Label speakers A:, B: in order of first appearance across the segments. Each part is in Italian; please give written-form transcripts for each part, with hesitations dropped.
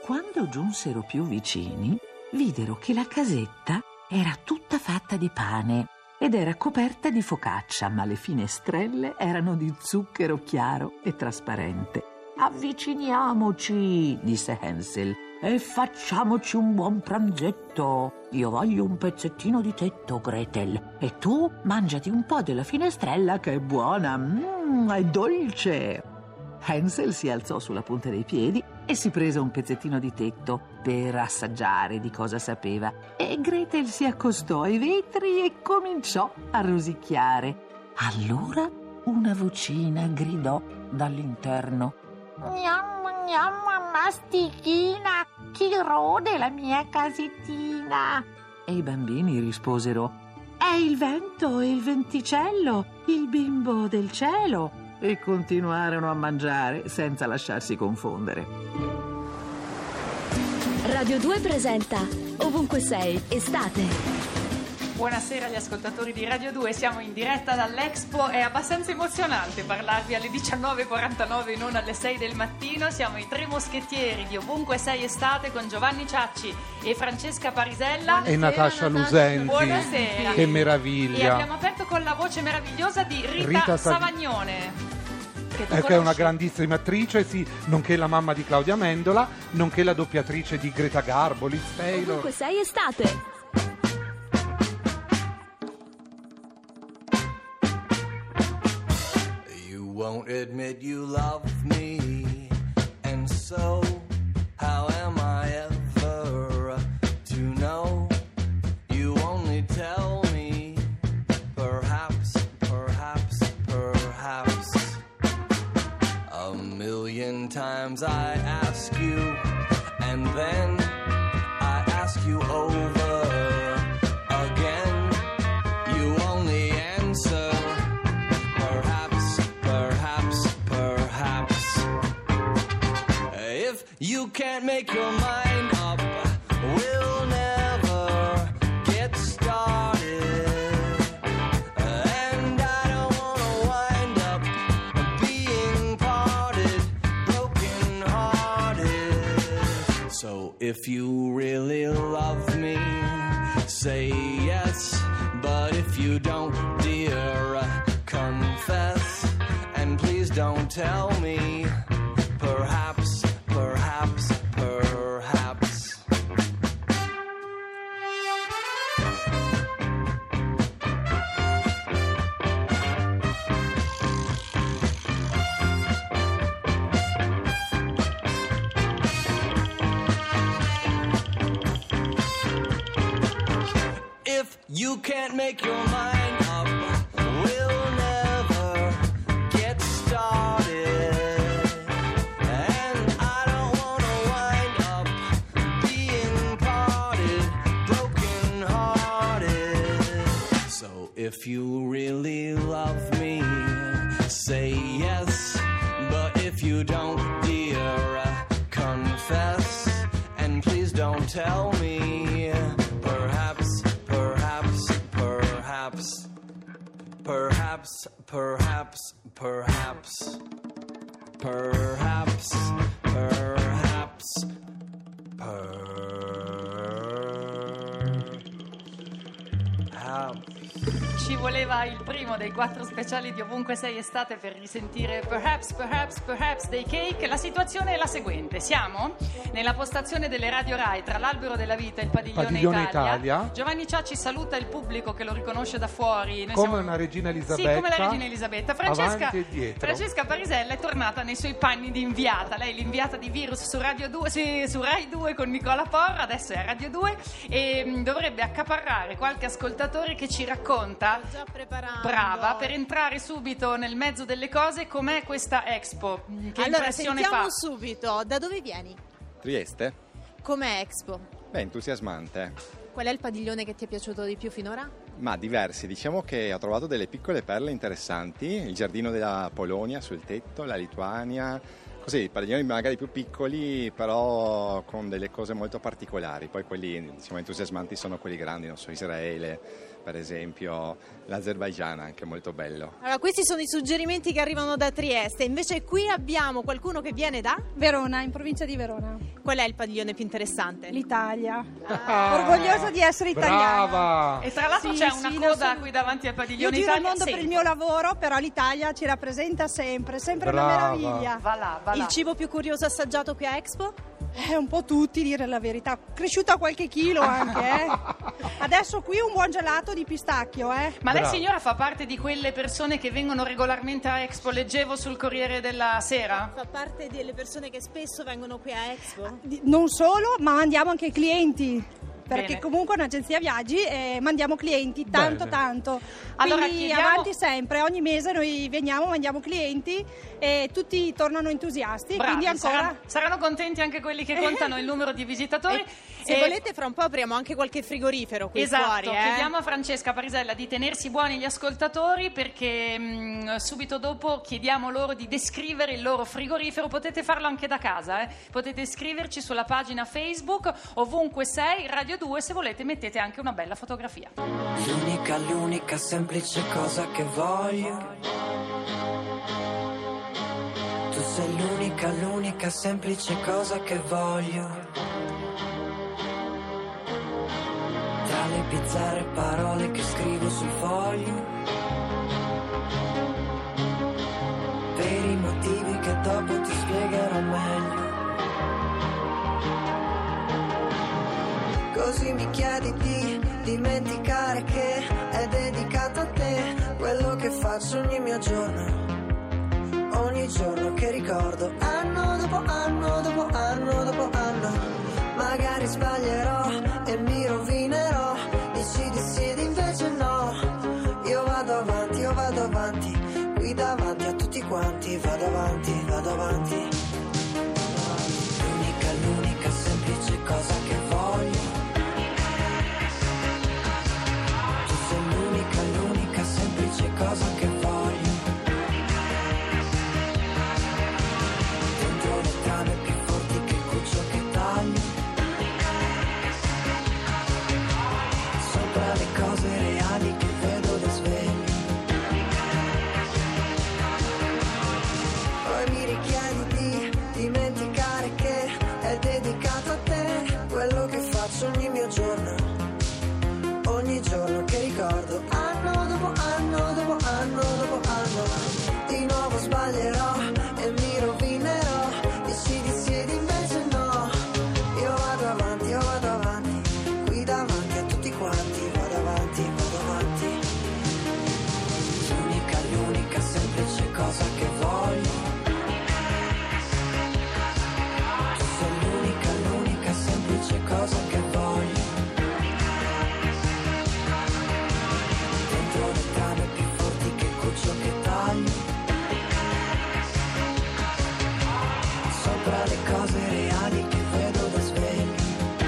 A: Quando giunsero più vicini, videro che la casetta era tutta fatta di pane ed era coperta di focaccia, ma le finestrelle erano di zucchero chiaro e trasparente. «Avviciniamoci», disse Hansel, «e facciamoci un buon pranzetto. Io voglio un pezzettino di tetto, Gretel, e tu mangiati un po' della finestrella che è buona, è dolce». Hansel si alzò sulla punta dei piedi e si prese un pezzettino di tetto per assaggiare di cosa sapeva, e Gretel si accostò ai vetri e cominciò a rosicchiare. Allora una vocina gridò dall'interno: «Gnam, gnam, mastichina, chi rode la mia casettina?» E i bambini risposero: «È il vento, il venticello, il bimbo del cielo», e continuarono a mangiare senza lasciarsi confondere.
B: Radio 2 presenta Ovunque sei, estate.
C: Buonasera agli ascoltatori di Radio 2, siamo in diretta dall'Expo, è abbastanza emozionante parlarvi alle 19.49 e non alle 6 del mattino. Siamo i tre moschettieri di Ovunque sei estate con Giovanni Ciacci e Francesca Parisella
D: e Natascia Lusenti.
C: Buonasera.
D: Che meraviglia.
C: E abbiamo aperto con la voce meravigliosa di Rita
D: Savagnone.
C: Che
D: è una grandissima attrice, sì, nonché la mamma di Claudia Mendola, nonché la doppiatrice di Greta Garbo, Liz Taylor.
B: Ovunque sei estate.
E: You won't admit you love me, and so how am I ever to know? You only tell me, perhaps, a million times I ask you, and then I ask you over again. You only answer, perhaps. If you can't make your mind up, we'll never get started. And I don't wanna wind up being parted, broken hearted. So if you really love me, say yes. But if you don't, dear, confess. And please don't tell me, perhaps. If you can't make your mind up, we'll never get started. And I don't wanna wind up being parted, broken hearted. So if you really love me, say yes. But if you don't, dear, confess. And please don't tell me, perhaps.
C: Ci voleva il primo dei 4 speciali di Ovunque sei estate per risentire Perhaps dei Cake. La situazione è la seguente: siamo nella postazione delle Radio Rai tra l'Albero della Vita e il Padiglione Italia. Giovanni Ciacci saluta il pubblico che lo riconosce da fuori.
D: Una regina Elisabetta.
C: Sì, come la regina Elisabetta.
D: Avanti e dietro.
C: Francesca Parisella è tornata nei suoi panni di inviata. Lei è l'inviata di Virus su Radio 2, su Rai 2 con Nicola Porra, adesso è a Radio 2 e dovrebbe accaparrare qualche ascoltatore che ci racconta, brava, per entrare subito nel mezzo delle cose, com'è questa Expo. Che
F: allora
C: impressione
F: sentiamo
C: fa?
F: subito, da dove vieni?
G: Trieste?
F: Com'è Expo?
G: Beh, entusiasmante.
F: Qual è il padiglione che ti è piaciuto di più finora?
G: Ma diversi, diciamo che ho trovato delle piccole perle interessanti, il giardino della Polonia sul tetto, la Lituania, così, padiglioni magari più piccoli però con delle cose molto particolari. Poi quelli, diciamo, entusiasmanti sono quelli grandi, non so, Israele, per esempio l'Azerbaigian, anche molto bello.
F: Allora, questi sono i suggerimenti che arrivano da Trieste. Invece qui abbiamo qualcuno che viene da
H: Verona, in provincia di Verona.
F: Qual è il padiglione più interessante?
H: L'Italia. Orgogliosa di essere italiana.
D: Brava!
C: E tra l'altro c'è una coda qui davanti al
H: Io
C: padiglione
H: giro il
C: Italia.
H: mondo per il mio lavoro, però l'Italia ci rappresenta sempre una
D: Brava.
H: meraviglia.
C: Va là, va là.
F: Il cibo più curioso assaggiato qui a Expo?
H: Un po' tutti, dire la verità. Cresciuta qualche chilo anche, Adesso qui un buon gelato di pistacchio,
C: Ma lei
D: Bravo.
C: signora fa parte di quelle persone che vengono regolarmente a Expo? Leggevo sul Corriere della Sera.
F: Fa parte delle persone che spesso vengono qui a Expo?
H: Non solo, ma mandiamo anche clienti. Perché
C: Bene.
H: comunque è un'agenzia viaggi e mandiamo clienti tanto.
C: Allora,
H: Quindi
C: chiediamo-
H: avanti sempre, ogni mese noi veniamo, mandiamo clienti e tutti tornano entusiasti.
C: Bravi,
H: Quindi ancora
C: saranno contenti anche quelli che contano il numero di visitatori.
F: Se volete, fra un po' apriamo anche qualche frigorifero qui
C: Esatto,
F: fuori.
C: chiediamo a Francesca Parisella di tenersi buoni gli ascoltatori, perché subito dopo chiediamo loro di descrivere il loro frigorifero. Potete farlo anche da casa, potete scriverci sulla pagina Facebook Ovunque Sei Radio 2, se volete mettete anche una bella fotografia.
E: L'unica semplice cosa che voglio. Tu sei l'unica semplice cosa che voglio. Tra le bizzarre parole che scrivo sul foglio, per i motivi che dopo ti spiegherò meglio. Così mi chiedi di dimenticare che è dedicato a te quello che faccio ogni mio giorno. Ogni giorno che ricordo, anno dopo anno dopo anno dopo anno. Magari sbaglierò e mi rovinerò, decidi sì ed invece no. Io vado avanti, qui davanti a tutti quanti, vado avanti, vado avanti. L'unica semplice cosa che voglio. Tu sei l'unica semplice cosa che voglio. Dentro le trame più forti che cuccio che taglio. Sopra le cose reali che vedo da sveglio. Poi mi richiedi di dimenticare che è dedicato a te quello che faccio ogni mio giorno. Ogni giorno che ricordo, anno dopo anno dopo anno dopo anno. Di nuovo sbaglierò e mi rovinerò, decidi sì ed invece no. Io vado avanti, qui davanti a tutti quanti, vado avanti, vado avanti. L'unica semplice cosa che voglio. Tu sei l'unica semplice cosa che voglio. Dentro le trame più forti che cuccio che taglio. Sopra le cose reali che vedo da sveglio.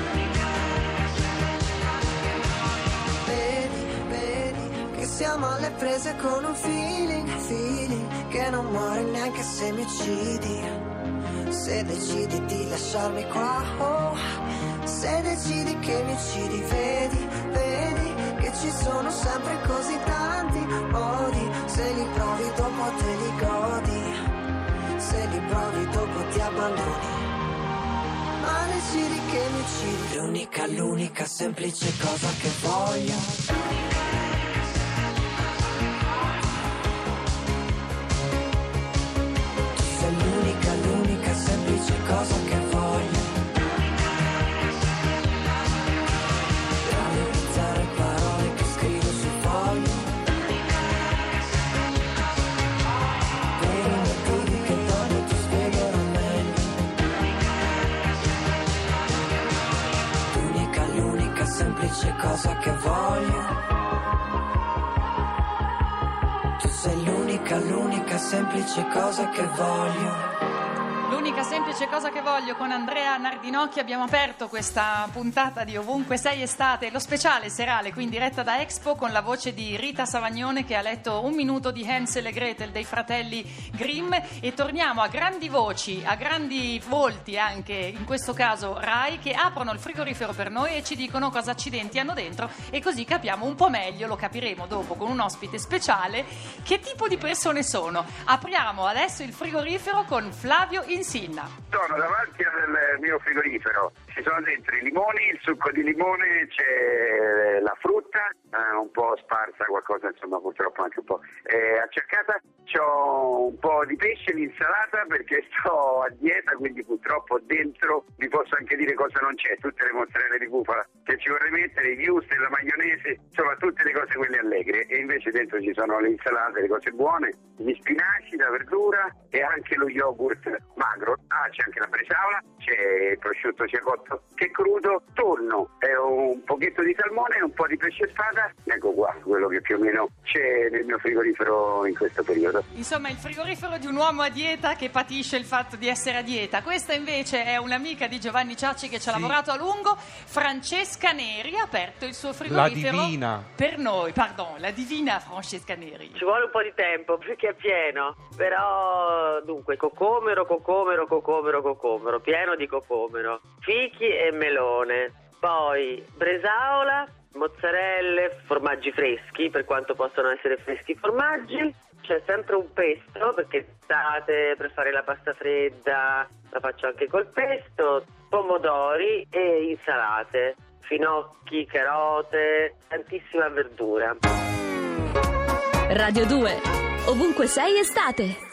E: Vedi che siamo alle prese con un feeling che non muore neanche se mi uccidi. Se decidi di lasciarmi qua, oh, se decidi che mi uccidi, vedi che ci sono sempre così tanti modi. Se li provi dopo te li godi, se li provi dopo ti abbandoni. Ma decidi che mi uccidi. L'unica semplice cosa che voglio. Tu sei l'unica semplice cosa che voglio. Tra le bizzarre parole che scrivo sul foglio, per i motivi che dopo ti spiegherò meglio. L'unica semplice cosa che voglio. Tu sei l'unica semplice cosa che voglio.
C: l'unica semplice cosa che voglio. Con Andrea Nardinocchi abbiamo aperto questa puntata di Ovunque Sei Estate, lo speciale serale qui in diretta da Expo, con la voce di Rita Savagnone che ha letto Un minuto di Hansel e Gretel dei fratelli Grimm, e torniamo a grandi voci, a grandi volti anche, in questo caso Rai, che aprono il frigorifero per noi e ci dicono cosa accidenti hanno dentro, e così capiamo un po' meglio, lo capiremo dopo con un ospite speciale, che tipo di persone sono. Apriamo adesso il frigorifero con Flavio Insinna.
I: Sono davanti al mio frigorifero, ci sono dentro i limoni, il succo di limone, c'è la frutta, un po' sparsa, qualcosa insomma purtroppo anche un po' accercata, c'ho un po' di pesce, l'insalata perché sto a dieta, quindi purtroppo dentro vi posso anche dire cosa non c'è, tutte le mozzarelle di bufala che ci vorrei mettere, i wurstel, la maionese, insomma tutte le cose quelle allegre, e invece dentro ci sono le insalate, le cose buone, gli spinaci, la verdura e anche lo yogurt magro. C'è anche la bresaola, c'è il prosciutto sia cotto che crudo, tonno, un pochetto di salmone e un po' di pesce spada. Ecco qua quello che più o meno c'è nel mio frigorifero in questo periodo.
C: Insomma, il frigorifero di un uomo a dieta che patisce il fatto di essere a dieta. Questa invece è un'amica di Giovanni Ciacci che ci ha lavorato a lungo, Francesca Neri, ha aperto il suo frigorifero.
D: La divina.
C: Per noi, la divina Francesca Neri.
J: Ci vuole un po' di tempo perché è pieno, però dunque cocomero, pieno di cocomero, fichi e melone, poi bresaola, mozzarelle, formaggi freschi per quanto possono essere freschi i formaggi, c'è sempre un pesto perché d'estate per fare la pasta fredda la faccio anche col pesto, pomodori e insalate, finocchi, carote, tantissima verdura.
B: Radio 2, ovunque sei estate.